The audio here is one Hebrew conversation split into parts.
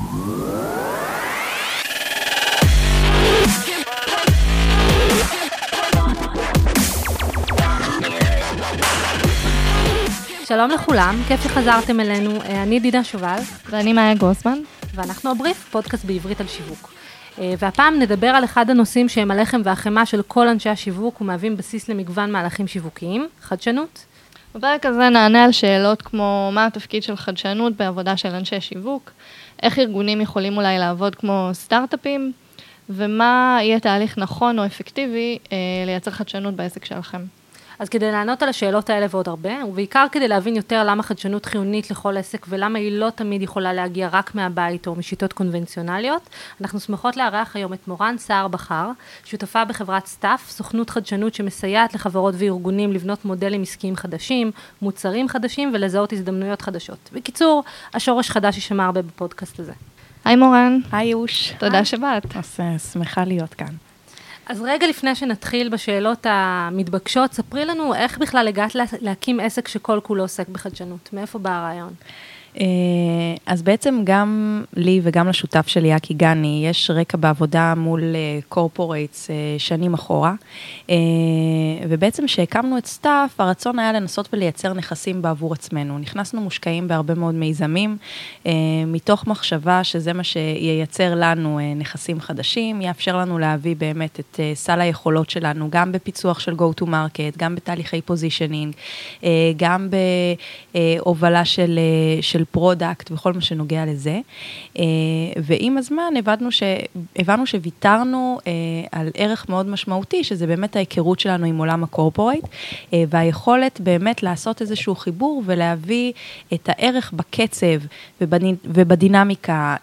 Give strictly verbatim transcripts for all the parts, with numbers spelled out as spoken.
שלום לכולם, כיף שחזרתם אלינו, אני דידה שובל. ואני מאיה גוסמן. ואנחנו הבריף, פודקאסט בעברית על שיווק. והפעם נדבר על אחד הנושאים שהם הלחם והחמה של כל אנשי השיווק, ומהווים בסיס למגוון מהלכים שיווקיים, חדשנות. בפרק הזה נענה על שאלות כמו מה התפקיד של חדשנות בעבודה של אנשי שיווק, איך ארגונים יכולים אולי לעבוד כמו סטארט-אפים, ומה יהיה תהליך נכון או אפקטיבי אה, לייצר חדשנות בעסק שלכם. אז כדי לענות על השאלות האלה ועוד הרבה, ובעיקר כדי להבין יותר למה חדשנות חיונית לכל עסק, ולמה היא לא תמיד יכולה להגיע רק מהבית או משיטות קונבנציונליות, אנחנו שמחות לארח היום את מורן סער בחר, שותפה בחברת סטאפ, סוכנות חדשנות שמסייעת לחברות וארגונים לבנות מודלים עסקיים חדשים, מוצרים חדשים ולזהות הזדמנויות חדשות. בקיצור, השורש חדש יישמע הרבה בפודקאסט הזה. היי מורן. היי יוש. תודה שבאת. אז שמחה להיות כאן. אז רגע לפני שנתחיל בשאלות המתבקשות, ספרי לנו איך בכלל הגעת להקים עסק שכל כולו עוסק בחדשנות. מאיפה בא הרעיון? אז בעצם גם לי וגם לשותף שלי, אקי גני, יש רקע בעבודה מול קורפורייטס שנים אחורה, ובעצם שהקמנו את סטאפ, הרצון היה לנסות ולייצר נכסים בעבור עצמנו. נכנסנו מושקעים בהרבה מאוד מיזמים, מתוך מחשבה שזה מה שייצר לנו נכסים חדשים, יאפשר לנו להביא באמת את סל היכולות שלנו, גם בפיצוח של go to market, גם בתהליכי פוזישנינג, גם בהובלה של של פרודקט וכל מה שנוגע לזה, ועם הזמן הבנו, ש... הבנו שוויתרנו על ערך מאוד משמעותי, שזה באמת ההיכרות שלנו עם עולם הקורפורייט, והיכולת באמת לעשות איזשהו חיבור ולהביא את הערך בקצב ובדינמיקה,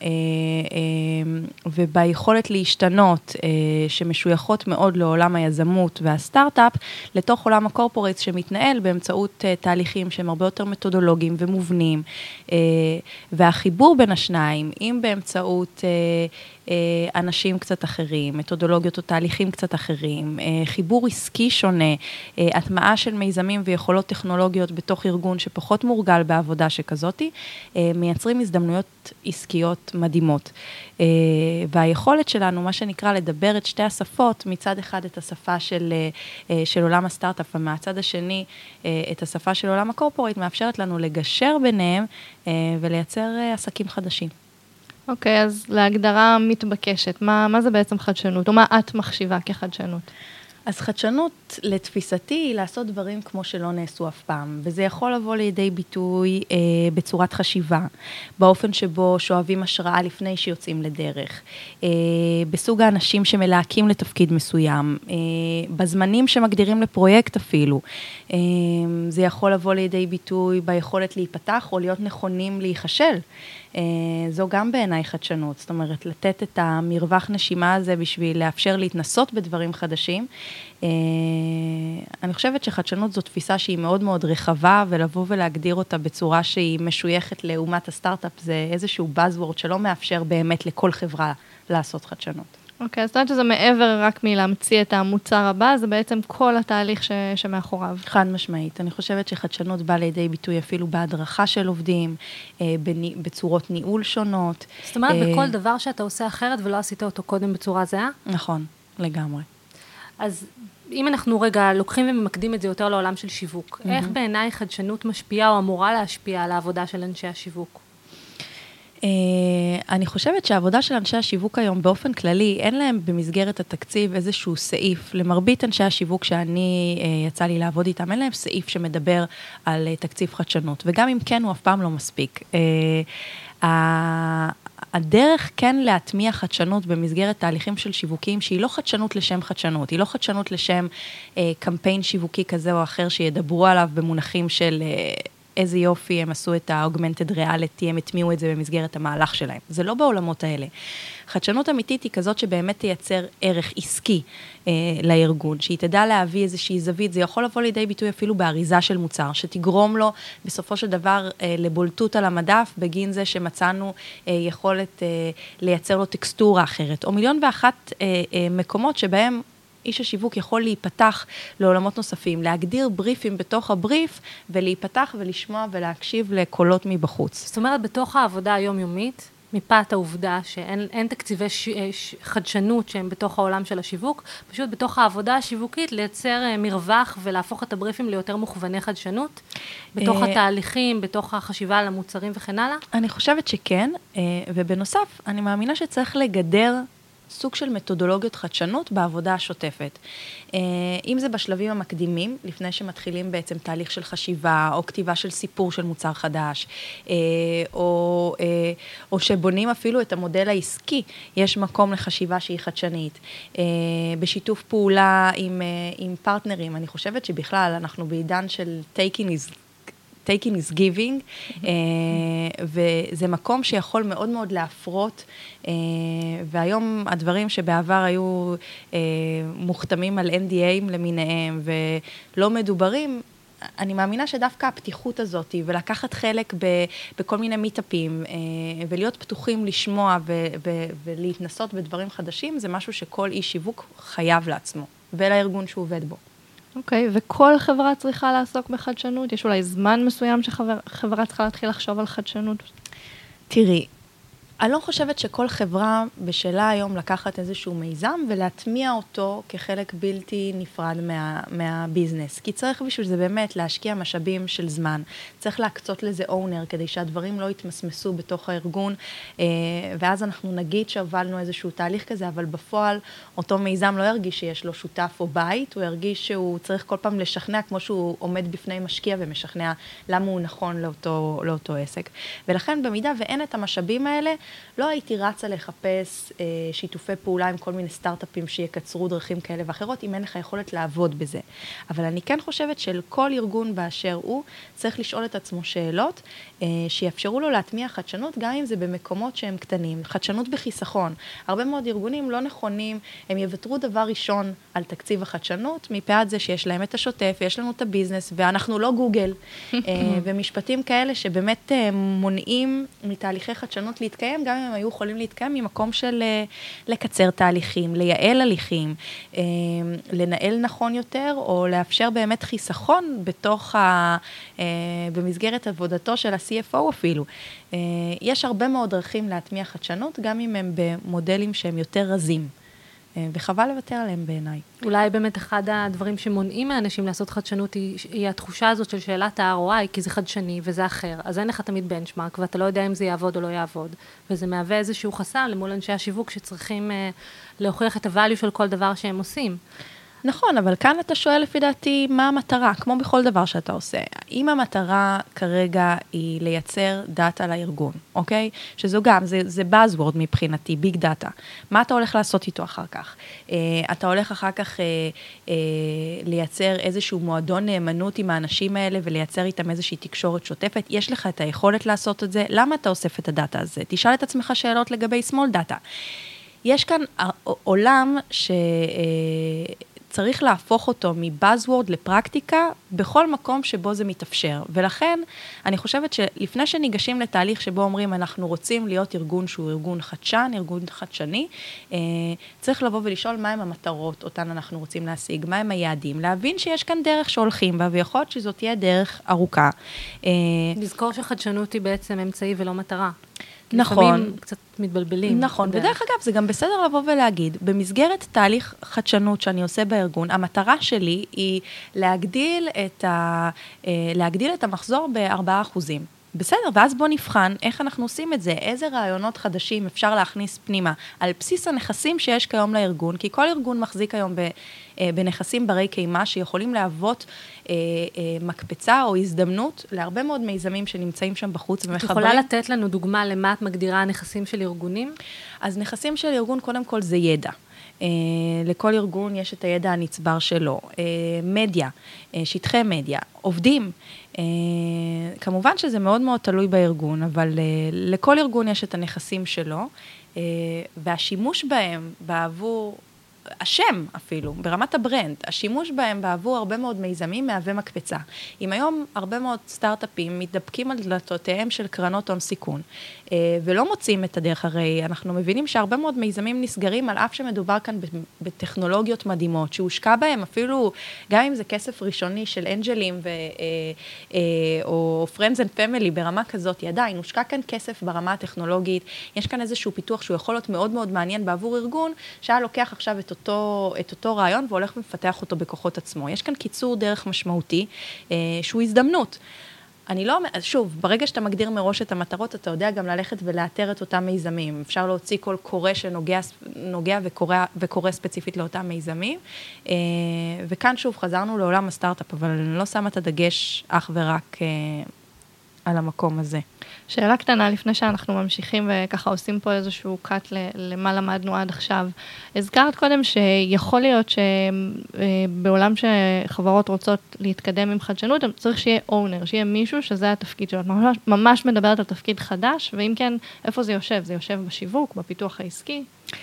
וביכולת להשתנות, שמשויכות מאוד לעולם היזמות והסטארט-אפ, לתוך עולם הקורפורייט שמתנהל באמצעות תהליכים שהם הרבה יותר מתודולוגיים ומובנים, והחיבור בין השניים, אם באמצעות אנשים קצת אחרים, מתודולוגיות או תהליכים קצת אחרים, חיבור עסקי שונה, הטמעה של מיזמים ויכולות טכנולוגיות בתוך ארגון שפחות מורגל בעבודה שכזאת, מייצרים הזדמנויות עסקיות מדהימות. והיכולת שלנו, מה שנקרא לדבר את שתי השפות, מצד אחד את השפה של, של עולם הסטארט-אפ, ומהצד השני את השפה של עולם הקורפורייט, מאפשרת לנו לגשר ביניהם ולייצר עסקים חדשים. אוקיי, אז להגדרה מתבקשת, מה, מה זה בעצם חדשנות, או מה את מחשיבה כחדשנות? אז חדשנות לתפיסתי היא לעשות דברים כמו שלא נעשו אף פעם, וזה יכול לבוא לידי ביטוי אה, בצורת חשיבה, באופן שבו שואבים השראה לפני שיוצאים לדרך, אה, בסוג האנשים שמלהקים לתפקיד מסוים, אה, בזמנים שמגדירים לפרויקט אפילו, אה, זה יכול לבוא לידי ביטוי ביכולת להיפתח או להיות נכונים להיחשל, זו גם בעיניי חדשנות, זאת אומרת, לתת את המרווח נשימה הזה בשביל לאפשר להתנסות בדברים חדשים. אני חושבת שחדשנות זו תפיסה שהיא מאוד מאוד רחבה, ולבוא ולהגדיר אותה בצורה שהיא משויכת לאומת הסטארט-אפ, זה איזשהו buzzword שלא מאפשר באמת לכל חברה לעשות חדשנות. אוקיי, אז זאת אומרת שזה מעבר רק מלהמציא את המוצר הבא, זה בעצם כל התהליך ש... שמאחוריו. חד משמעית. אני חושבת שחדשנות באה לידי ביטוי אפילו בהדרכה של עובדים, בני... בצורות ניהול שונות. זאת אומרת, בכל דבר שאתה עושה אחרת ולא עשית אותו קודם בצורה זהה? נכון, לגמרי. אז אם אנחנו רגע לוקחים וממקדים את זה יותר לעולם של שיווק, mm-hmm. איך בעיניי חדשנות משפיעה או אמורה להשפיע על העבודה של אנשי השיווק? אני חושבת שהעבודה של אנשי השיווק היום באופן כללי, אין להם במסגרת התקציב איזשהו סעיף, למרבית אנשי השיווק שאני יצא לי לעבוד איתם, אין להם סעיף שמדבר על תקציב חדשנות, וגם אם כן הוא אף פעם לא מספיק. הדרך כן להטמיע חדשנות במסגרת תהליכים של שיווקים, שהיא לא חדשנות לשם חדשנות, היא לא חדשנות לשם קמפיין שיווקי כזה או אחר שידברו עליו במונחים של איזה יופי הם עשו את ה-augmented reality, הם התמיעו את זה במסגרת המהלך שלהם. זה לא בעולמות האלה. חדשנות אמיתית היא כזאת שבאמת תייצר ערך עסקי אה, לארגון, שהיא תדע להביא איזושהי זווית, זה יכול לבוא לידי ביטוי אפילו באריזה של מוצר, שתגרום לו בסופו של דבר אה, לבולטות על המדף, בגין זה שמצאנו אה, יכולת אה, לייצר לו טקסטורה אחרת, או מיליון ואחת אה, אה, מקומות שבהם איש השיווק יכול להיפתח לעולמות נוספים, להגדיר בריפים בתוך הבריף, ולהיפתח ולשמוע ולהקשיב לקולות מבחוץ. זאת אומרת, בתוך העבודה היומיומית, מפאת העובדה שאין אין תקציבי ש, ש, חדשנות שהם בתוך העולם של השיווק, פשוט בתוך העבודה השיווקית לייצר מרווח ולהפוך את הבריפים ליותר מוכווני חדשנות, בתוך התהליכים, בתוך החשיבה על המוצרים וכן הלאה? אני חושבת שכן, ובנוסף, אני מאמינה שצריך לגדר סוג של מתודולוגיות חדשנות בעבודה השוטפת. אם זה בשלבים המקדימים, לפני שמתחילים בעצם תהליך של חשיבה, או כתיבה של סיפור של מוצר חדש, או, או שבונים אפילו את המודל העסקי, יש מקום לחשיבה שהיא חדשנית. בשיתוף פעולה עם, עם פרטנרים, אני חושבת שבכלל אנחנו בעידן של taking is taking is giving, וזה מקום שיכול מאוד מאוד להפרות, והיום הדברים שבעבר היו מוכתמים על אן די איי למיניהם ולא מדוברים, אני מאמינה שדווקא הפתיחות הזאת, ולקחת חלק בכל מיני מיטאפים, ולהיות פתוחים לשמוע ולהתנסות בדברים חדשים, זה משהו שכל איש שיווק חייב לעצמו, ולארגון שהוא עובד בו. אוקיי, וכל חברה צריכה לעסוק בחדשנות? יש אולי זמן מסוים שחברה צריכה להתחיל לחשוב על חדשנות? תראי, אני לא חושבת שכל חברה בשלה היום לקחת איזשהו מיזם ולהטמיע אותו כחלק בלתי נפרד מה, מהביזנס. כי צריך בשביל זה באמת להשקיע משאבים של זמן. צריך להקצות לזה אונר כדי שהדברים לא יתמסמסו בתוך הארגון, ואז אנחנו נגיד שהובלנו איזשהו תהליך כזה, אבל בפועל אותו מיזם לא ירגיש שיש לו שותף או בית, הוא ירגיש שהוא צריך כל פעם לשכנע כמו שהוא עומד בפני משקיע ומשכנע למה הוא נכון לאותו, לאותו עסק. ולכן במידה ואין את המשאבים האלה, לא הייתי רצה לחפש אה, שיתופי פעולה עם כל מיני סטארט-אפים שיקצרו דרכים כאלה ואחרות, אם אין לך יכולת לעבוד בזה. אבל אני כן חושבת של כל ארגון באשר הוא, צריך לשאול את עצמו שאלות, אה, שיאפשרו לו להטמיע חדשנות, גם אם זה במקומות שהם קטנים. חדשנות בחיסכון. הרבה מאוד ארגונים לא נכונים, הם יוותרו דבר ראשון על תקציב החדשנות, מפאת זה שיש להם את השוטף, ויש לנו את הביזנס, ואנחנו לא גוגל. אה, ומשפטים כאלה שבאמת אה, מונעים מתהליכי חדשנות להתקיים, גם אם הם היו יכולים להתקיים ממקום של לקצר תהליכים, לייעל הליכים, לנהל נכון יותר, או לאפשר באמת חיסכון בתוך ה... במסגרת עבודתו של ה-סי אף או אפילו. יש הרבה מאוד דרכים להטמיע חדשנות, גם אם הם במודלים שהם יותר רזים. וחבל לוותר עליהם בעיניי. אולי באמת אחד הדברים שמונעים מאנשים לעשות חדשנות היא, היא התחושה הזאת של שאלת ה-אר או איי, כי זה חדשני וזה אחר. אז אין לך תמיד בנצ'מרק, ואתה לא יודע אם זה יעבוד או לא יעבוד. וזה מהווה איזשהו חסם למול אנשי השיווק שצריכים אה, להוכיח את הvalue של כל דבר שהם עושים. נכון, אבל כאן אתה שואל לפי דעתי מה המטרה, כמו בכל דבר שאתה עושה. אם המטרה כרגע היא לייצר דאטה לארגון, אוקיי? שזו גם, זה, זה buzzword מבחינתי, ביג דאטה. מה אתה הולך לעשות איתו אחר כך? אה, אתה הולך אחר כך אה, אה, לייצר איזשהו מועדון נאמנות עם האנשים האלה, ולייצר איתם איזושהי תקשורת שוטפת. יש לך את היכולת לעשות את זה, למה אתה אוסף את הדאטה הזה? תשאל את עצמך שאלות לגבי small data. יש כאן עולם ש... צריך להפוך אותו מבאזוורד לפרקטיקה בכל מקום שבו זה מתאפשר. ולכן אני חושבת שלפני שניגשים לתהליך שבו אומרים אנחנו רוצים להיות ארגון שהוא ארגון חדשן, ארגון חדשני, צריך לבוא ולשאול מהם המטרות אותן אנחנו רוצים להשיג, מהם היעדים, להבין שיש כאן דרך שהולכים בה, ויכול להיות שזאת תהיה דרך ארוכה. לזכור שחדשנות היא בעצם אמצעי ולא מטרה. נכון. לפעמים קצת מתבלבלים. נכון, ודרך אגב, זה גם בסדר לבוא ולהגיד, במסגרת תהליך חדשנות שאני עושה בארגון, המטרה שלי היא להגדיל את, ה, להגדיל את המחזור ב-ארבעה אחוזים. בסדר, ואז בוא נבחן איך אנחנו עושים את זה, איזה רעיונות חדשים אפשר להכניס פנימה, על בסיס הנכסים שיש כיום לארגון, כי כל ארגון מחזיק היום ב, בנכסים ברי קיימה, שיכולים להוות אה, אה, מקפצה או הזדמנות להרבה מאוד מיזמים שנמצאים שם בחוץ ומחברים. את יכולה לתת לנו דוגמה למה את מגדירה הנכסים של ארגונים? אז נכסים של ארגון, קודם כל זה ידע. Uh, לכל ארגון יש את הידע הנצבר שלו, uh, מדיה, uh, שטחי מדיה, עובדים. Uh, כמובן שזה מאוד מאוד תלוי בארגון, אבל uh, לכל ארגון יש את הנכסים שלו, uh, והשימוש בהם בעבור השם אפילו, ברמת הברנד, השימוש בהם בעבור הרבה מאוד מיזמים מהווה מקפצה. אם היום הרבה מאוד סטארט-אפים מתדפקים על דלתותיהם של קרנות הון סיכון, ולא מוצאים את הדרך, הרי אנחנו מבינים שהרבה מאוד מיזמים נסגרים על אף שמדובר כאן בטכנולוגיות מדהימות, שהושקע בהם אפילו, גם אם זה כסף ראשוני של אנג'לים ו, או Friends and Family ברמה כזאת, עדיין הושקע כאן כסף ברמה הטכנולוגית, יש כאן איזשהו פיתוח שהוא יכול להיות מאוד מאוד מעניין בעבור ארגון, שהיה לוקח עכשיו את אותו, את אותו רעיון והולך ומפתח אותו בכוחות עצמו. יש כאן קיצור דרך משמעותי, שהוא הזדמנות. אני לא, שוב, ברגע שאתה מגדיר מראש את המטרות, אתה יודע גם ללכת ולאתר את אותם מיזמים. אפשר להוציא כל קורא שנוגע נוגע וקורא, וקורא ספציפית לאותם מיזמים. וכאן שוב חזרנו לעולם הסטארט-אפ, אבל אני לא שמה את הדגש אך ורק על המקום הזה. שאלה קטנה לפני שאנחנו ממשיכים וככה עושים פה איזשהו קאט למה למדנו עד עכשיו. הזכרת קודם שיכול להיות שבעולם שחברות רוצות להתקדם עם חדשנות, צריך שיהיה אונר, שיהיה מישהו שזה התפקיד שלו. את ממש, ממש מדברת על תפקיד חדש, ואם כן, איפה זה יושב? זה יושב בשיווק, בפיתוח העסקי?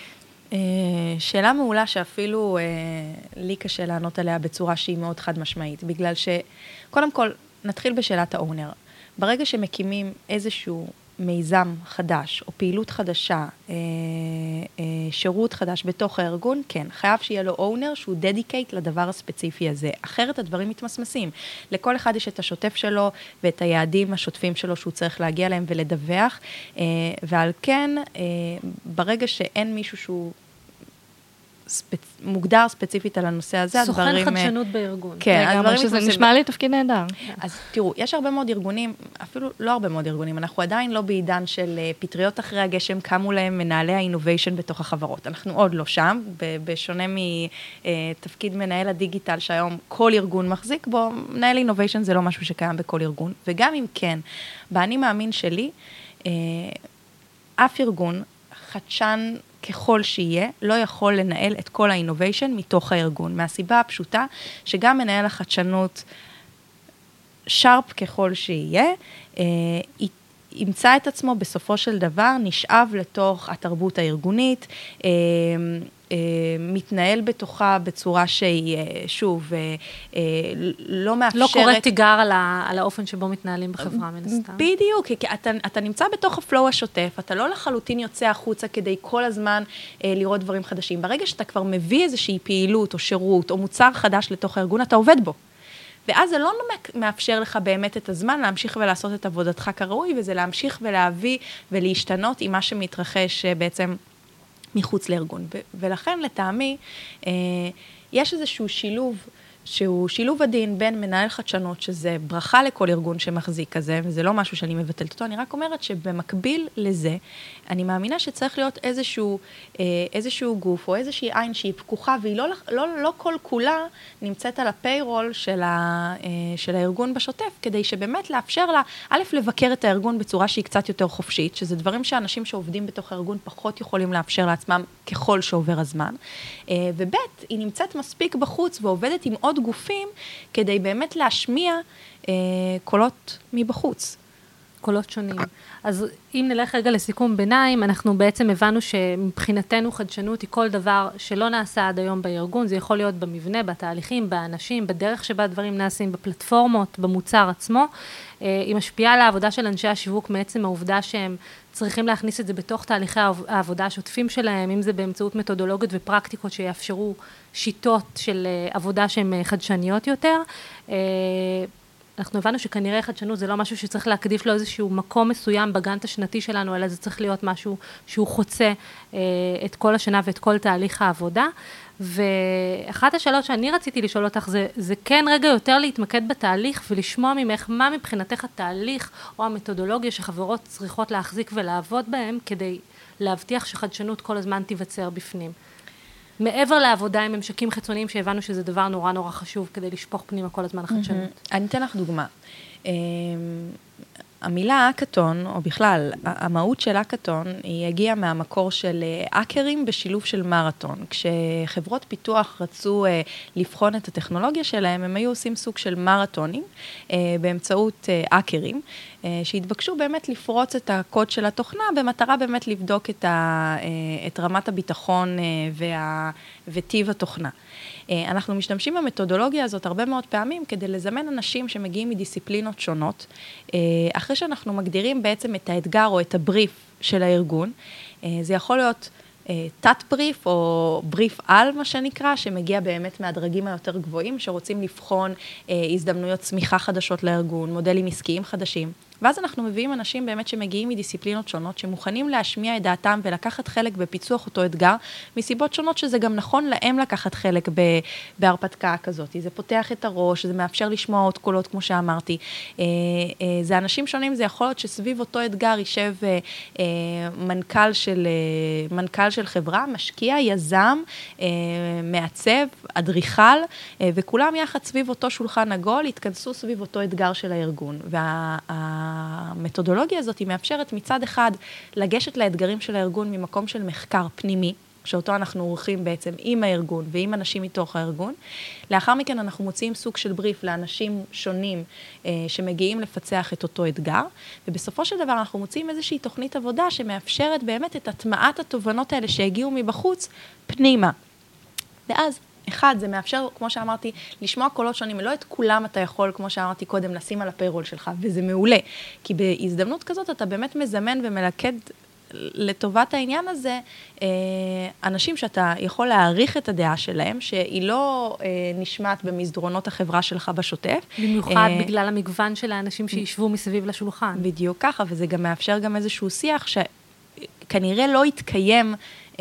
שאלה מעולה שאפילו לי קשה לענות עליה בצורה שהיא מאוד חד משמעית, בגלל שקודם כל נתחיל בשאלת האונר. ברגע שמקימים איזשהו מיזם חדש, או פעילות חדשה, אה, אה, שירות חדש בתוך הארגון, כן, חייב שיהיה לו אונר שהוא דדיקייט לדבר הספציפי הזה. אחרת הדברים מתמסמסים. לכל אחד יש את השוטף שלו, ואת היעדים השוטפים שלו שהוא צריך להגיע להם ולדווח, אה, ועל כן, אה, ברגע שאין מישהו שהוא ספצ... מוגדר ספציפית על הנושא הזה, סוכן הדברים... חדשנות בארגון. כן, הדברים שזה מתמסים... נשמע לי תפקיד נהדר. אז תראו, יש הרבה מאוד ארגונים, אפילו לא הרבה מאוד ארגונים, אנחנו עדיין לא בעידן של פטריות אחרי הגשם, קמו להם מנהלי האינוביישן בתוך החברות. אנחנו עוד לא שם, בשונה מתפקיד מנהל הדיגיטל, שהיום כל ארגון מחזיק בו, מנהל אינוביישן זה לא משהו שקיים בכל ארגון, וגם אם כן, באני מאמין שלי, אף ארגון חדשן ככל שיהיה, לא יכול לנהל את כל האינוביישן מתוך הארגון, מהסיבה הפשוטה שגם מנהל החדשנות שרפ ככל שיהיה, אה, ימצא את עצמו בסופו של דבר, נשאב לתוך התרבות הארגונית, אה, אה, מתנהל בתוכה בצורה שהיא, שוב, אה, אה, לא מאפשרת... לא קורא תיגר על, ה, על האופן שבו מתנהלים בחברה מן הסתם. בדיוק, כי אתה, אתה נמצא בתוך הפלואו השוטף, אתה לא לחלוטין יוצא החוצה כדי כל הזמן אה, לראות דברים חדשים. ברגע שאתה כבר מביא איזושהי פעילות או שירות או מוצר חדש לתוך הארגון, אתה עובד בו. ואז זה לא מאפשר לך באמת את הזמן להמשיך ולעשות את עבודתך כראוי, וזה להמשיך ולהביא ולהשתנות עם מה שמתרחש בעצם מחוץ לארגון. ולכן לטעמי, יש איזשהו שילוב, שהוא שילוב הדין בין מנהל חדשנות, שזה ברכה לכל ארגון שמחזיק כזה, וזה לא משהו שאני מבטלת אותו, אני רק אומרת שבמקביל לזה, אני מאמינה שצריך להיות איזשהו, איזשהו גוף, או איזושהי עין שהיא פקוחה, והיא לא, לא, לא כל כולה נמצאת על הפיירול של, ה, של הארגון בשוטף, כדי שבאמת לאפשר לה, א', לבקר את הארגון בצורה שהיא קצת יותר חופשית, שזה דברים שאנשים שעובדים בתוך הארגון פחות יכולים לאפשר לעצמם ככל שעובר הזמן, וב', היא נמצאת מספיק בחוץ ועובדת עם עוד גופים, כדי באמת להשמיע אה, קולות מבחוץ. קולות שונים. אז אם נלך רגע לסיכום ביניים, אנחנו בעצם הבנו שמבחינתנו חדשנות היא כל דבר שלא נעשה עד היום בארגון, זה יכול להיות במבנה, בתהליכים, באנשים, בדרך שבה דברים נעשים, בפלטפורמות, במוצר עצמו. היא משפיעה על העבודה של אנשי השיווק מעצם העובדה שהם צריכים להכניס את זה בתוך תהליכי העבודה השוטפים שלהם, אם זה באמצעות מתודולוגיות ופרקטיקות שיאפשרו שיטות של עבודה שהן חדשניות יותר. אנחנו הבנו שכנראה חדשנות זה לא משהו שצריך להקדיש לו איזשהו מקום מסוים בגנט השנתי שלנו, אלא זה צריך להיות משהו שהוא חוצה את כל השנה ואת כל תהליך העבודה. ואחת השאלות שאני רציתי לשאול אותך זה, זה כן רגע יותר להתמקד בתהליך ולשמוע ממך מה מבחינתך התהליך או המתודולוגיה שחברות צריכות להחזיק ולעבוד בהם כדי להבטיח שחדשנות כל הזמן תיווצר בפנים. מעבר לעבודה עם ממשקים חיצוניים שהבנו שזה דבר נורא נורא חשוב כדי לשפוך פנימה כל הזמן החדשנות. אני אתן לך דוגמה. המילה האקתון, או בכלל, המהות של האקתון, היא הגיעה מהמקור של האקרים בשילוב של מרתון. כשחברות פיתוח רצו לבחון את הטכנולוגיה שלהם, הם היו עושים סוג של מרתונים, באמצעות האקרים, שהתבקשו באמת לפרוץ את הקוד של התוכנה, במטרה באמת לבדוק את, ה, את רמת הביטחון וה, וטיב התוכנה. אנחנו משתמשים במתודולוגיה הזאת הרבה מאוד פעמים כדי לזמן אנשים שמגיעים מדיסציפלינות שונות, אחרי שאנחנו מגדירים בעצם את האתגר או את הבריף של הארגון. זה יכול להיות תת בריף או בריף על מה שנקרא, שמגיע באמת מהדרגים היותר גבוהים, שרוצים לבחון הזדמנויות צמיחה חדשות לארגון, מודלים עסקיים חדשים. ואז אנחנו מביאים אנשים באמת שמגיעים מדיסציפלינות שונות, שמוכנים להשמיע את דעתם ולקחת חלק בפיצוח אותו אתגר, מסיבות שונות שזה גם נכון להם לקחת חלק בהרפתקה כזאת. זה פותח את הראש, זה מאפשר לשמוע עוד קולות, כמו שאמרתי. זה אנשים שונים, זה יכול להיות שסביב אותו אתגר יישב מנכ"ל של, מנכ"ל של חברה, משקיע, יזם, מעצב, אדריכל, וכולם יחד סביב אותו שולחן עגול, התכנסו סביב אותו אתגר של הארגון. וה המתודולוגיה הזאת היא מאפשרת מצד אחד לגשת לאתגרים של הארגון ממקום של מחקר פנימי, שאותו אנחנו עורכים בעצם עם הארגון ועם אנשים מתוך הארגון. לאחר מכן אנחנו מוציאים סוג של בריף לאנשים שונים אה, שמגיעים לפצח את אותו אתגר, ובסופו של דבר אנחנו מוציאים איזושהי תוכנית עבודה שמאפשרת באמת את הטמעת התובנות האלה שהגיעו מבחוץ פנימה. ואז אחד, זה מאפשר, כמו שאמרתי, לשמוע קולות שונים, לא את כולם אתה יכול, כמו שאמרתי קודם, לשים על הפיירול שלך, וזה מעולה, כי בהזדמנות כזאת אתה באמת מזמן ומלכד לטובת העניין הזה, אנשים שאתה יכול להעריך את הדעה שלהם, שהיא לא נשמעת במסדרונות החברה שלך בשוטף. במיוחד בגלל המגוון של האנשים שישבו מסביב לשולחן. בדיוק ככה, וזה גם מאפשר גם איזשהו שיח שכנראה לא יתקיים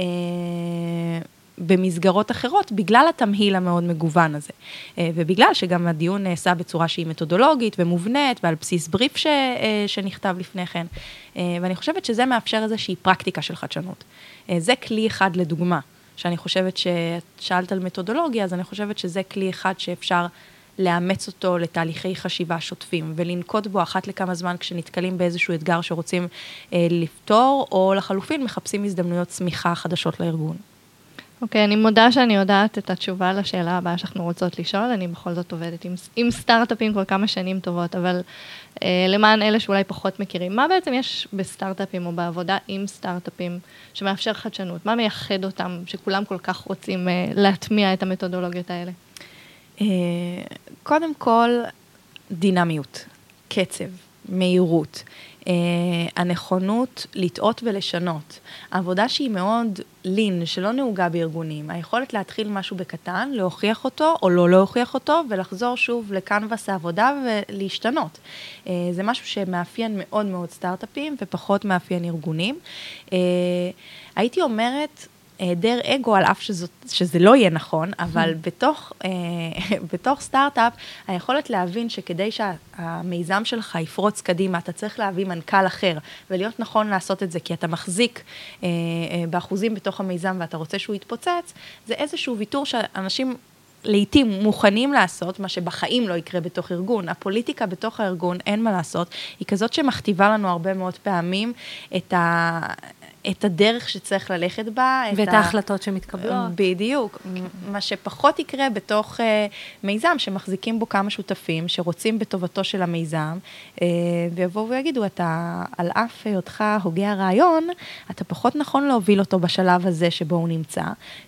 במסגרות אחרות, בגלל התמהיל המאוד מגוון הזה. ובגלל שגם הדיון נעשה בצורה שהיא מתודולוגית ומובנית, ועל בסיס בריף ש, שנכתב לפני כן. ואני חושבת שזה מאפשר איזושהי פרקטיקה של חדשנות. זה כלי אחד לדוגמה, שאני חושבת ששאלת על מתודולוגיה, אז אני חושבת שזה כלי אחד שאפשר לאמץ אותו לתהליכי חשיבה שוטפים, ולנקוט בו אחת לכמה זמן כשנתקלים באיזשהו אתגר שרוצים לפתור, או לחלופין מחפשים הזדמנויות צמיחה חדשות לארגון. אוקיי, okay, אני מודה שאני יודעת את התשובה לשאלה הבאה שאנחנו רוצות לשאול, אני בכל זאת עובדת עם, עם סטארט-אפים כבר כמה שנים טובות, אבל אה, למען אלה שאולי פחות מכירים, מה בעצם יש בסטארט-אפים או בעבודה עם סטארט-אפים שמאפשר חדשנות? מה מייחד אותם שכולם כל כך רוצים אה, להטמיע את המתודולוגיות האלה? אה, קודם כל, דינמיות, קצב, מהירות, Uh, הנכונות לטעות ולשנות, העבודה שהיא מאוד לין, שלא נהוגה בארגונים, היכולת להתחיל משהו בקטן, להוכיח אותו או לא להוכיח אותו, ולחזור שוב לקנבס העבודה ולהשתנות. Uh, זה משהו שמאפיין מאוד מאוד סטארט-אפים ופחות מאפיין ארגונים. Uh, הייתי אומרת, היעדר אגו, על אף שזאת, שזה לא יהיה נכון, אבל בתוך, אה, בתוך סטארט-אפ, היכולת להבין שכדי שהמיזם שלך יפרוץ קדימה, אתה צריך להביא מנכ"ל אחר, ולהיות נכון לעשות את זה, כי אתה מחזיק אה, אה, באחוזים בתוך המיזם, ואתה רוצה שהוא יתפוצץ, זה איזשהו ויתור שאנשים לעתים מוכנים לעשות, מה שבחיים לא יקרה בתוך ארגון. הפוליטיקה בתוך הארגון, אין מה לעשות, היא כזאת שמכתיבה לנו הרבה מאוד פעמים את ה... את הדרך שצריך ללכת בה. ואת ההחלטות שמתקבלות. בדיוק. מה שפחות יקרה בתוך מיזם, שמחזיקים בו כמה שותפים, שרוצים בטובתו של המיזם, ויבואו ויגידו, אתה על אף היותך הוגה הרעיון, אתה פחות נכון להוביל אותו בשלב הזה שבו הוא נמצא,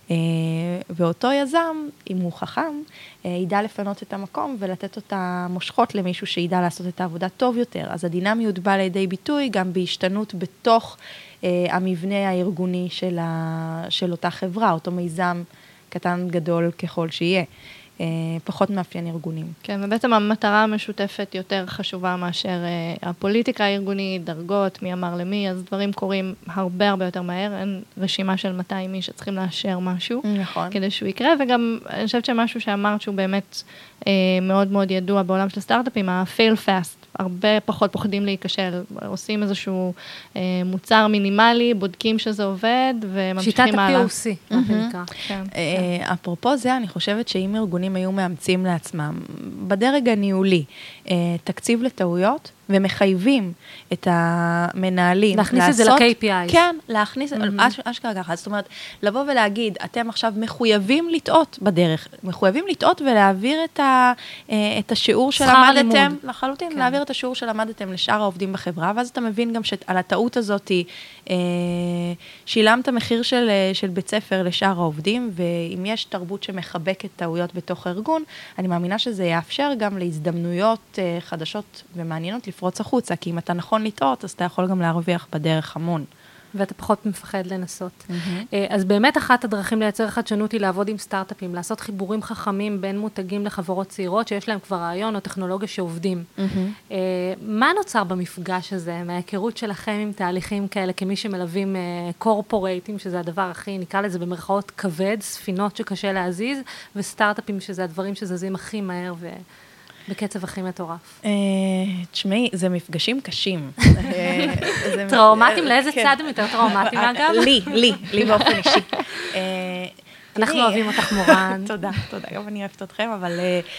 ואותו יזם, אם הוא חכם, ידע לפנות את המקום ולתת אותה מושכות למישהו שידע לעשות את העבודה טוב יותר. אז הדינמיות באה לידי ביטוי גם בהשתנות בתוך המבנה הארגוני של, ה, של אותה חברה, אותו מיזם קטן גדול ככל שיהיה. פחות מאפיין ארגונים. כן, ובעצם המטרה המשותפת יותר חשובה מאשר הפוליטיקה הארגונית, דרגות, מי אמר למי, אז דברים קורים הרבה הרבה יותר מהר, אין רשימה של מאתיים מי שצריכים לאשר משהו, נכון. כדי שהוא יקרה, וגם אני חושבת שמשהו שאמרת שהוא באמת אה, מאוד מאוד ידוע בעולם של הסטארט-אפים, ה-fail fast, הרבה פחות פוחדים להיכשל, עושים איזשהו אה, מוצר מינימלי, בודקים שזה עובד, וממשיכים הלאה. שיטת ה-פי או סי, מה שנקרא. כן. אה, אפרופו זה, אני חושבת שאם ארגונים היו מאמצים לעצמם, בדרג הניהולי, אה, תקציב לטעויות, ומחייבים את המנהלים להכניס לעשות, את זה ל-K P I. כן, להכניס, mm-hmm. אשכרה ככה, זאת אומרת, לבוא ולהגיד, אתם עכשיו מחויבים לטעות בדרך, מחויבים לטעות ולהעביר את, ה, את השיעור שלמדתם, לחלוטין, כן. להעביר את השיעור שלמדתם לשאר העובדים בחברה, ואז אתה מבין גם שעל הטעות הזאת, אה, שילמת מחיר של, של בית ספר לשאר העובדים, ואם יש תרבות שמחבקת טעויות בתוך הארגון, אני מאמינה שזה יאפשר גם להזדמנויות אה, חדשות ומעניינות לפרוץ החוצה, כי אם אתה נכון לטעות, אז אתה יכול גם להרוויח בדרך המון. ואתה פחות מפחד לנסות. Mm-hmm. אז באמת אחת הדרכים לייצר חדשנות היא לעבוד עם סטארט-אפים, לעשות חיבורים חכמים בין מותגים לחברות צעירות, שיש להם כבר רעיון או טכנולוגיה שעובדים. Mm-hmm. מה נוצר במפגש הזה, מההיכרות שלכם עם תהליכים כאלה, כמי שמלווים קורפורייטים, שזה הדבר הכי, נקרא לזה במרכאות כבד, ספינות שקשה להזיז, וסטארט-אפים שזה הדברים שזזים הכי מהר ו... בקצב הכי מטורף. תשמעי, זה מפגשים קשים. טראומטיים, לאיזה צד הם יותר טראומטיים, אגב? לי, לי, לי באופן אישי. אנחנו אוהבים אותך מורן. תודה, תודה, גם אני אוהבת אתכם, אבל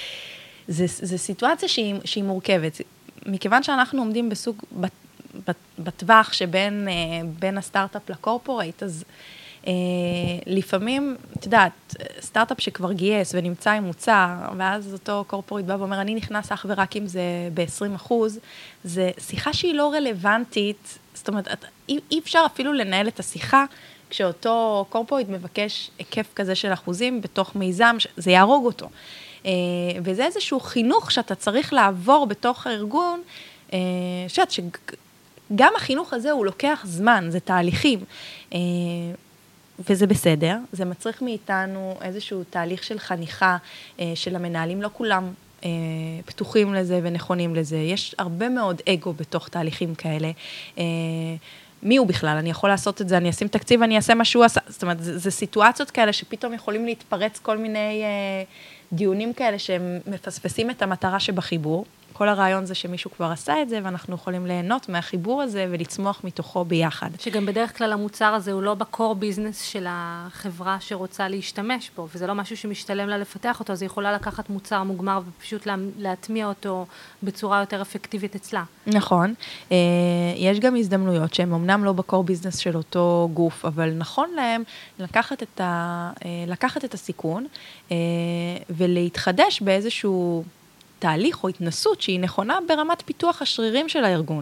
זו סיטואציה שהיא מורכבת. מכיוון שאנחנו עומדים בסוג, בטווח שבין הסטארט-אפ לקורפורייט, אז Uh, לפעמים, את יודעת, סטארט-אפ שכבר גייס ונמצא עם מוצר, ואז אותו קורפורייט בא ואומר, אני נכנס אך ורק אם זה ב-עשרים אחוז, זה שיחה שהיא לא רלוונטית, זאת אומרת, את, אי, אי אפשר אפילו לנהל את השיחה, כשאותו קורפורייט מבקש היקף כזה של אחוזים בתוך מיזם, זה יהרוג אותו. Uh, וזה איזשהו חינוך שאתה צריך לעבור בתוך הארגון, uh, שאת, שגם החינוך הזה הוא לוקח זמן, זה תהליכים. Uh, וזה בסדר, זה מצריך מאיתנו איזשהו תהליך של חניכה אה, של המנהלים, לא כולם אה, פתוחים לזה ונכונים לזה, יש הרבה מאוד אגו בתוך תהליכים כאלה, אה, מי הוא בכלל? אני יכול לעשות את זה, אני אשים תקציב, אני אעשה מה שהוא עשה, זאת אומרת, זה, זה סיטואציות כאלה שפתאום יכולים להתפרץ כל מיני אה, דיונים כאלה שהם מפספסים את המטרה שבחיבור, כל הרעיון זה שמישהו כבר עשה את זה, ואנחנו יכולים ליהנות מהחיבור הזה ולצמוח מתוכו ביחד. שגם בדרך כלל המוצר הזה הוא לא בקור ביזנס של החברה שרוצה להשתמש בו, וזה לא משהו שמשתלם לה לפתח אותו, אז היא יכולה לקחת מוצר מוגמר ופשוט להטמיע אותו בצורה יותר אפקטיבית אצלה. נכון. יש גם הזדמנויות שהן אמנם לא בקור ביזנס של אותו גוף, אבל נכון להם לקחת את ה, לקחת את הסיכון ולהתחדש באיזשהו תהליך או התנסות שהיא נכונה ברמת פיתוח השרירים של הארגון.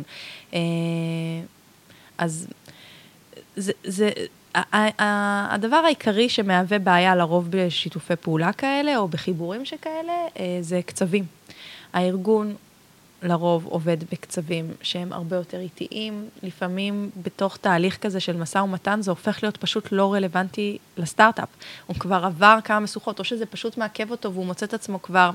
אז זה, זה, הדבר העיקרי שמהווה בעיה לרוב בשיתופי פעולה כאלה או בחיבורים שכאלה, זה קצבים. הארגון לרוב עובד בקצבים שהם הרבה יותר איטיים, לפעמים בתוך תהליך כזה של מסע ומתן, זה הופך להיות פשוט לא רלוונטי לסטארט-אפ. הוא כבר עבר כמה מסוכות, או שזה פשוט מעכב אותו והוא מוצא את עצמו כבר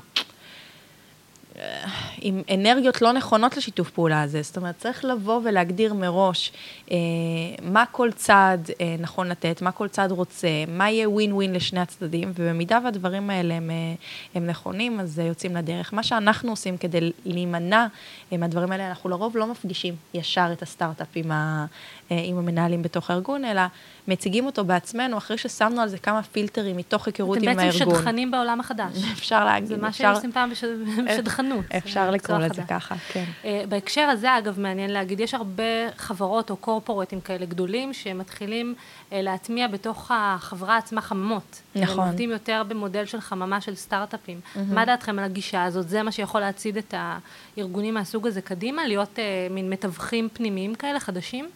עם אנרגיות לא נכונות לשיתוף פעולה הזה, זאת אומרת, צריך לבוא ולהגדיר מראש אה, מה כל צד אה, נכון לתת, מה כל צד רוצה, מה יהיה ווין ווין לשני הצדדים, ובמידה והדברים האלה הם, הם נכונים, אז יוצאים לדרך. מה שאנחנו עושים כדי להימנע מהדברים האלה, אנחנו לרוב לא מפגישים ישר את הסטארט-אפ עם, ה, עם המנהלים בתוך הארגון, אלא מציגים אותו בעצמנו, אחרי ששמנו על זה כמה פילטרים מתוך היכרות עם הארגון. אתם בעצם שדכנים בעולם החדש. אפשר להגיד. זה מה שהם עושים פעם בשדכנות. אפשר לקרוא לזה ככה, כן. בהקשר הזה, אגב, מעניין להגיד, יש הרבה חברות או קורפורטים כאלה גדולים, שמתחילים להטמיע בתוך החברה עצמה חממות. נכון. הם עובדים יותר במודל של חממה של סטארט-אפים. מה דעתכם על הגישה הזאת? זה מה שיכול להציד את הארגונים מהסוג הזה קדימה, להיות מין מתווכים פנימיים כאלה חדשים?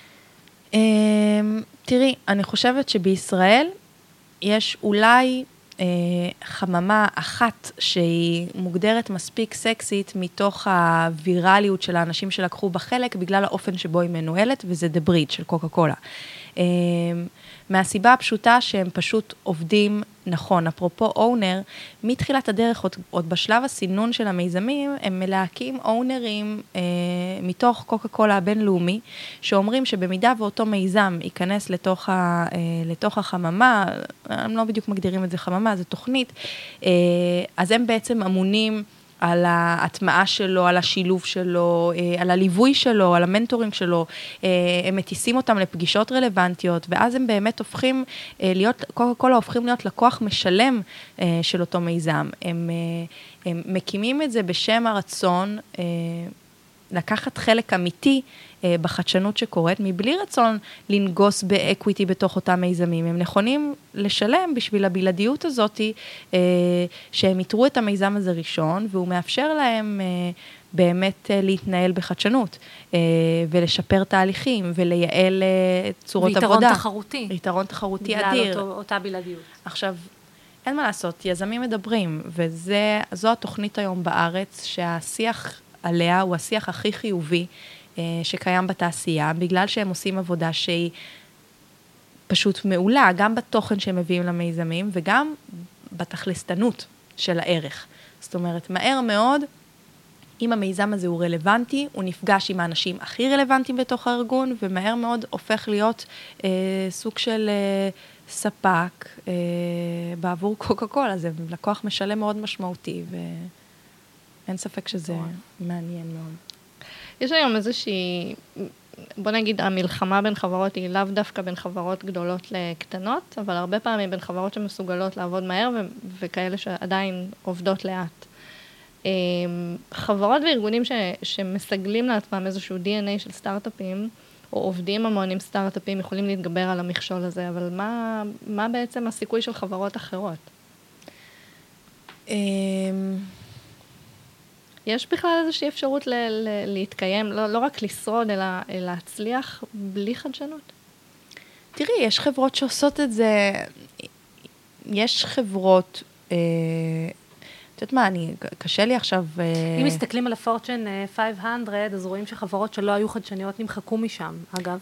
תראי, אני חושבת שבישראל יש אולי חממה אחת שהיא מוגדרת מספיק סקסית מתוך הווירליות של האנשים שלקחו בחלק, בגלל האופן שבו היא מנוהלת, וזה The Bridge של קוקה קולה. מהסיבה הפשוטה שהם פשוט עובדים נכון. אפרופו אונר, מתחילת הדרך, עוד, עוד בשלב הסינון של המיזמים, הם מלהקים אונרים אה, מתוך קוקה קולה הבינלאומי, שאומרים שבמידה ואותו מיזם ייכנס לתוך, ה, אה, לתוך החממה, הם לא בדיוק מגדירים את זה חממה, זה תוכנית, אה, אז הם בעצם אמונים על ההטמעה שלו, על השילוב שלו, על הליווי שלו, על המנטורינג שלו, הם מטיסים אותם לפגישות רלוונטיות, ואז הם באמת הופכים להיות, קוקה קולה הופכים להיות לקוח משלם של אותו מיזם. הם, הם מקימים את זה בשם הרצון לקחת חלק אמיתי אה, בחדשנות שקורית, מבלי רצון לנגוס באקוויטי בתוך אותם מיזמים. הם נכונים לשלם בשביל הבלעדיות הזאת, אה, שהם יתרו את המיזם הזה ראשון, והוא מאפשר להם אה, באמת אה, להתנהל בחדשנות, אה, ולשפר תהליכים, ולייעל אה, צורות עבודה. ויתרון תחרותי. ויתרון תחרותי אדיר. בגלל אותו, אותה בלעדיות. עכשיו, אין מה לעשות, יזמים מדברים, וזו התוכנית היום בארץ, שהשיח עליה הוא השיח הכי חיובי אה, שקיים בתעשייה, בגלל שהם עושים עבודה שהיא פשוט מעולה, גם בתוכן שהם מביאים למיזמים, וגם בתכלסתנות של הערך. זאת אומרת, מהר מאוד, אם המיזם הזה הוא רלוונטי, הוא נפגש עם האנשים הכי רלוונטיים בתוך הארגון, ומהר מאוד הופך להיות אה, סוג של אה, ספק אה, בעבור קוקה קולה. זה לקוח משלם מאוד משמעותי, ואין ספק שזה מעניין מאוד. יש היום איזושהי, בוא נגיד, המלחמה בין חברות היא לאו דווקא בין חברות גדולות לקטנות, אבל הרבה פעמים בין חברות שמסוגלות לעבוד מהר, ו- וכאלה שעדיין עובדות לאט. חברות וארגונים ש, שמסגלים לעצמם איזשהו די אן איי של סטארט-אפים, או עובדים המון עם סטארט-אפים, יכולים להתגבר על המכשול הזה, אבל מה, מה בעצם הסיכוי של חברות אחרות? יש בכלל איזושהי אפשרות ל, ל, להתקיים, לא, לא רק לשרוד, אלא, אלא להצליח בלי חדשנות? תראי, יש חברות שעושות את זה, יש חברות, אה, את יודעת מה, אני, קשה לי עכשיו... אם מסתכלים על הפורצ'ן חמש מאות, אז רואים שחברות שלא היו חדשניות נמחקו משם, אגב,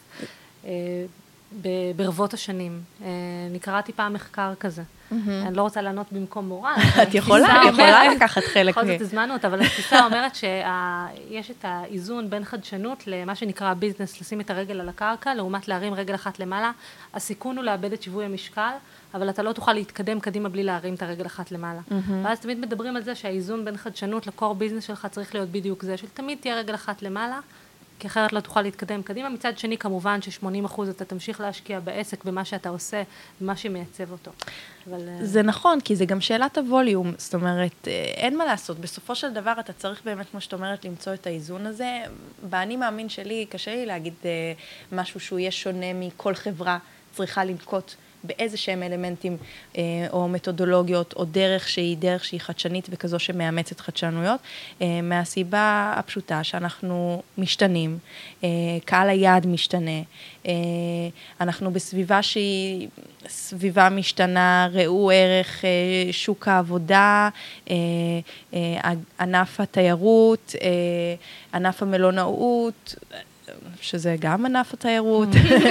ברבות השנים. אני קראתי פעם מחקר כזה. אני לא רוצה לענות במקום מורן. את יכולה, יכולה לקחת חלק. בכל זאת הזמנו אותה, אבל התפיסה אומרת שיש את האיזון בין חדשנות למה שנקרא הביזנס, לשים את הרגל על הקרקע, לעומת להרים רגל אחת למעלה. הסיכון הוא לאבד את שיווי המשקל, אבל אתה לא תוכל להתקדם קדימה בלי להרים את הרגל אחת למעלה. ואז תמיד מדברים על זה שהאיזון בין חדשנות לקור ביזנס שלך צריך להיות בדיוק זה, שתמיד תהיה רגל אחת למעלה, כי אחרת לא תוכל להתקדם קדימה. מצד שני, כמובן ש-שמונים אחוז אתה תמשיך להשקיע בעסק, במה שאתה עושה, במה שמייצב אותו. אבל... זה נכון, כי זה גם שאלת הווליום, זאת אומרת, אין מה לעשות. בסופו של דבר אתה צריך באמת, כמו שאת אומרת, למצוא את האיזון הזה. באני מאמין שלי, קשה לי להגיד משהו שהוא יהיה שונה מכל חברה צריכה לנקוט באיזה שהם אלמנטים אה, או מתודולוגיות או דרך שהיא דרך שהיא חדשנית וכזו שמאמצת חדשנויות, אה, מהסיבה הפשוטה שאנחנו משתנים, אה, קהל היעד משתנה, אה, אנחנו בסביבה שהיא סביבה משתנה, ראו ערך אה, שוק העבודה, אה, אה, ענף התיירות, אה, ענף המלונאות, שזה גם ענף התיירות.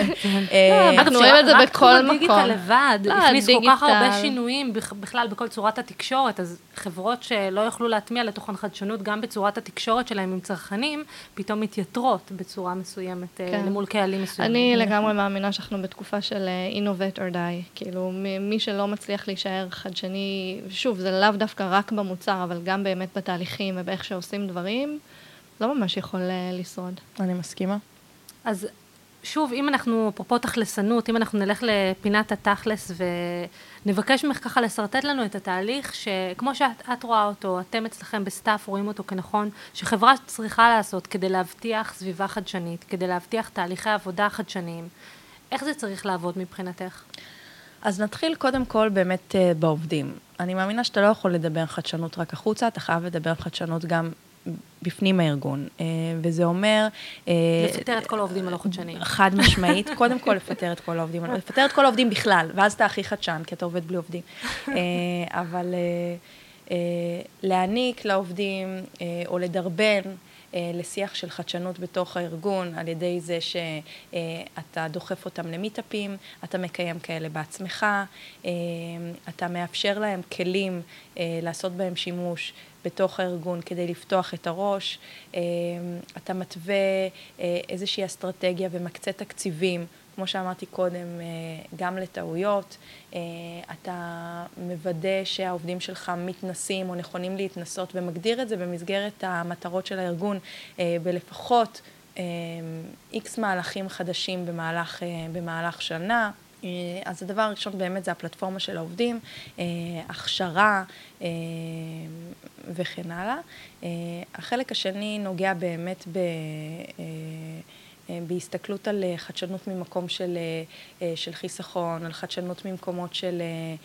אנחנו רואים את זה בכל מקום. רק דיגיטל לבד, הכניס כל כך הרבה שינויים בכלל בכל צורת התקשורת, אז חברות שלא יוכלו להטמיע לתוכן חדשנות גם בצורת התקשורת שלהם עם צרכנים, פתאום מתייתרות בצורה מסוימת למול קהלים מסוימים. אני לגמרי מאמינה שאנחנו בתקופה של innovate or die, כאילו מי שלא מצליח להישאר חדשני, שוב, זה לאו דווקא רק במוצר, אבל גם באמת בתהליכים ובאיך שעושים דברים, לא ממש יכול לשרוד. אני מסכימה. אז שוב, אם אנחנו, אפרופו תכלסנות, אם אנחנו נלך לפינת התכלס ונבקש ממך ככה לסרטט לנו את התהליך, שכמו שאת רואה אותו, אתם אצלכם בסטאפ רואים אותו כנכון, שחברה צריכה לעשות כדי להבטיח סביבה חדשנית, כדי להבטיח תהליכי עבודה חדשניים. איך זה צריך לעבוד מבחינתך? אז נתחיל קודם כל באמת בעובדים. אני מאמינה שאתה לא יכול לדבר חדשנות רק החוצה, אתה חייב לדבר חדשנות גם בפנים הארגון, וזה אומר... לפטר את כל העובדים הלא חדשניים. חד משמעית, קודם כל לפטר את כל העובדים, לפטר את כל העובדים בכלל, ואז אתה הכי חדשן, כי אתה עובד בלי עובדים. אבל להעניק לעובדים, או לדרבן, לשיח של חדשנות בתוך הארגון, על ידי זה שאתה דוחף אותם למיטאפים, אתה מקיים כאלה בעצמך, אתה מאפשר להם כלים לעשות בהם שימוש בתוך הארגון כדי לפתוח את הראש, אתה מתווה איזושהי אסטרטגיה ומקצה תקציבים, כמו שאמרתי קודם, גם לטעויות, אתה מוודא שהעובדים שלך מתנסים או נכונים להתנסות ומגדיר את זה במסגרת המטרות של הארגון בלפחות איקס מהלכים חדשים במהלך, במהלך שנה, אז הדבר הראשון באמת זה הפלטפורמה של העובדים, הכשרה וכן הלאה. החלק השני נוגע באמת ב... בהסתכלות על חדשנות ממקום של, של חיסכון, על חדשנות ממקומות של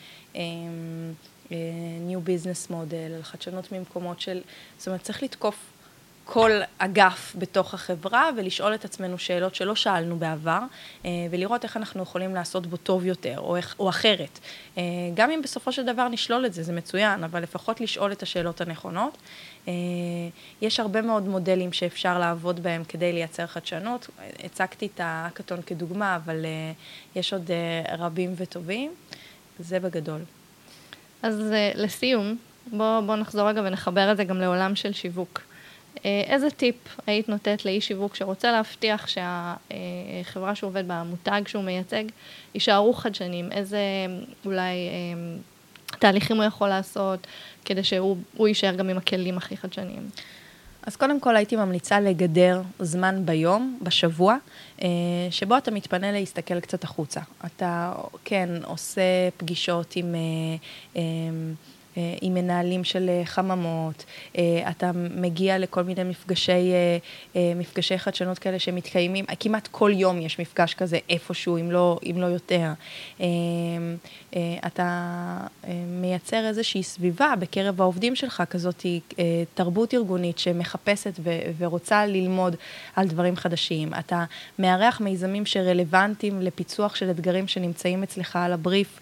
New Business Model, על חדשנות ממקומות של... זאת אומרת, צריך לתקוף כל אגף בתוך החברה ולשאול את עצמנו שאלות שלא שאלנו בעבר, ולראות איך אנחנו יכולים לעשות בו טוב יותר או, איך, או אחרת. גם אם בסופו של דבר נשלול את זה, זה מצוין, אבל לפחות לשאול את השאלות הנכונות. יש הרבה מאוד מודלים שאפשר לעבוד בהם כדי לייצר חדשנות. הצגתי את ההאקתון כדוגמה, אבל יש עוד רבים וטובים. זה בגדול. אז לסיום, בוא, בוא נחזור רגע ונחבר את זה גם לעולם של שיווק. איזה טיפ היית נותנת לאי שיווק שרוצה להבטיח שהחברה שהוא עובד בה, המותג שהוא מייצג, יישארו חדשנים? איזה אולי תהליכים הוא יכול לעשות כדי שהוא יישאר גם עם הכלים הכי חדשניים? אז קודם כל הייתי ממליצה לגדר זמן ביום, בשבוע, שבו אתה מתפנה להסתכל קצת החוצה. אתה כן עושה פגישות עם... עם מנהלים של חממות, אתה מגיע לכל מיני מפגשי, מפגשי חדשנות כאלה שמתקיימים, כמעט כל יום יש מפגש כזה איפשהו, אם לא, אם לא יותר. אתה מייצר איזושהי סביבה בקרב העובדים שלך, כזאת תרבות ארגונית שמחפשת ורוצה ללמוד על דברים חדשים. אתה מערך מיזמים שרלוונטיים לפיצוח של אתגרים שנמצאים אצלך על הבריף,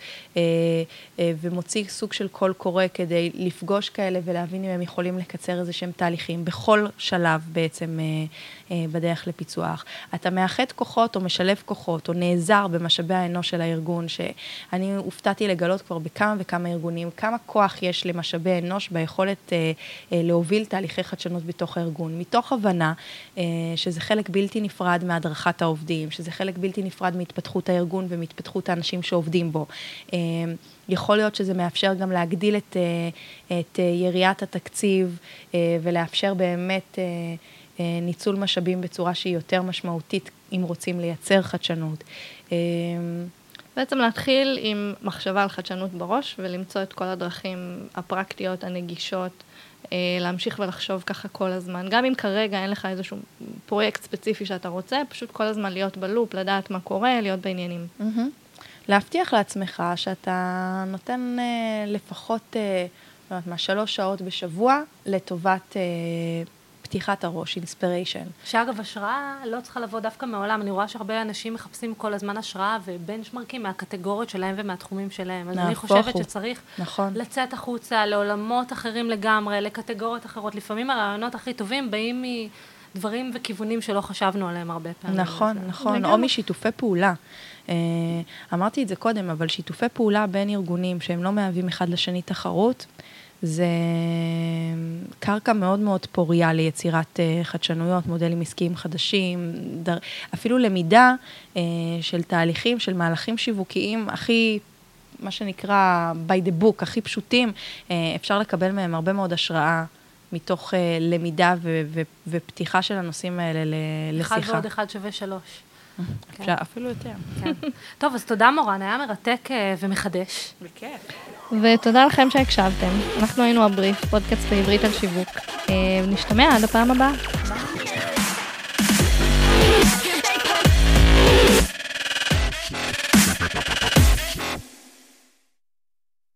ומוציא סוג של קול קורא כדי לפגוש כאלה ולהבין אם הם יכולים לקצר איזה שהם תהליכים בכל שלב בעצם בדרך לפיצוח. אתה מאחד כוחות או משלב כוחות או נעזר במשאבי האנוש של הארגון, שאני הופתעתי לגלות כבר בכמה וכמה ארגונים, כמה כוח יש למשאבי אנוש ביכולת להוביל תהליכי חדשנות בתוך הארגון, מתוך הבנה שזה חלק בלתי נפרד מהדרכת העובדים, שזה חלק בלתי נפרד מהתפתחות הארגון ומהתפתחות האנשים שעובדים בו. יכול להיות שזה מאפשר גם להגדיל את, את יריעת התקציב ולאפשר באמת ניצול משאבים בצורה שהיא יותר משמעותית אם רוצים לייצר חדשנות. בעצם להתחיל עם מחשבה על חדשנות בראש ולמצוא את כל הדרכים הפרקטיות, הנגישות, להמשיך ולחשוב ככה כל הזמן. גם אם כרגע אין לך איזשהו פרויקט ספציפי שאתה רוצה, פשוט כל הזמן להיות בלופ, לדעת מה קורה, להיות בעניינים. Mm-hmm. להבטיח לעצמך שאתה נותן אה, לפחות, אה, לא יודעת מה, שלוש שעות בשבוע לטובת אה, פתיחת הראש, אינספיריישן. שאגב, השראה לא צריכה לבוא דווקא מעולם. אני רואה שהרבה אנשים מחפשים כל הזמן השראה ובנצ'מרקים מהקטגוריות שלהם ומהתחומים שלהם. אז אני חושבת שצריך נכון. לצאת החוצה לעולמות אחרים לגמרי, לקטגוריות אחרות. לפעמים הרעיונות הכי טובים באים מדברים וכיוונים שלא חשבנו עליהם הרבה פעמים. נכון, נכון. או משיתופי פעולה. אמרתי את זה קודם, אבל שיתופי פעולה בין ארגונים שהם לא מהווים אחד לשני תחרות, זה קרקע מאוד מאוד פוריה ליצירת חדשנויות, מודלים עסקיים חדשים, אפילו למידה של תהליכים, של מהלכים שיווקיים הכי, מה שנקרא by the book, הכי פשוטים, אפשר לקבל מהם הרבה מאוד השראה מתוך למידה ופתיחה של הנושאים האלה לשיחה. אחד ועוד אחד שווה שלוש. אפשר אפילו יותר. טוב, אז תודה מורן, היה מרתק ומחדש. בכיף. ותודה לכם שהקשבתם. אנחנו היינו הבריף, פודקאסט בעברית על שיווק. נשתמע עד הפעם הבאה.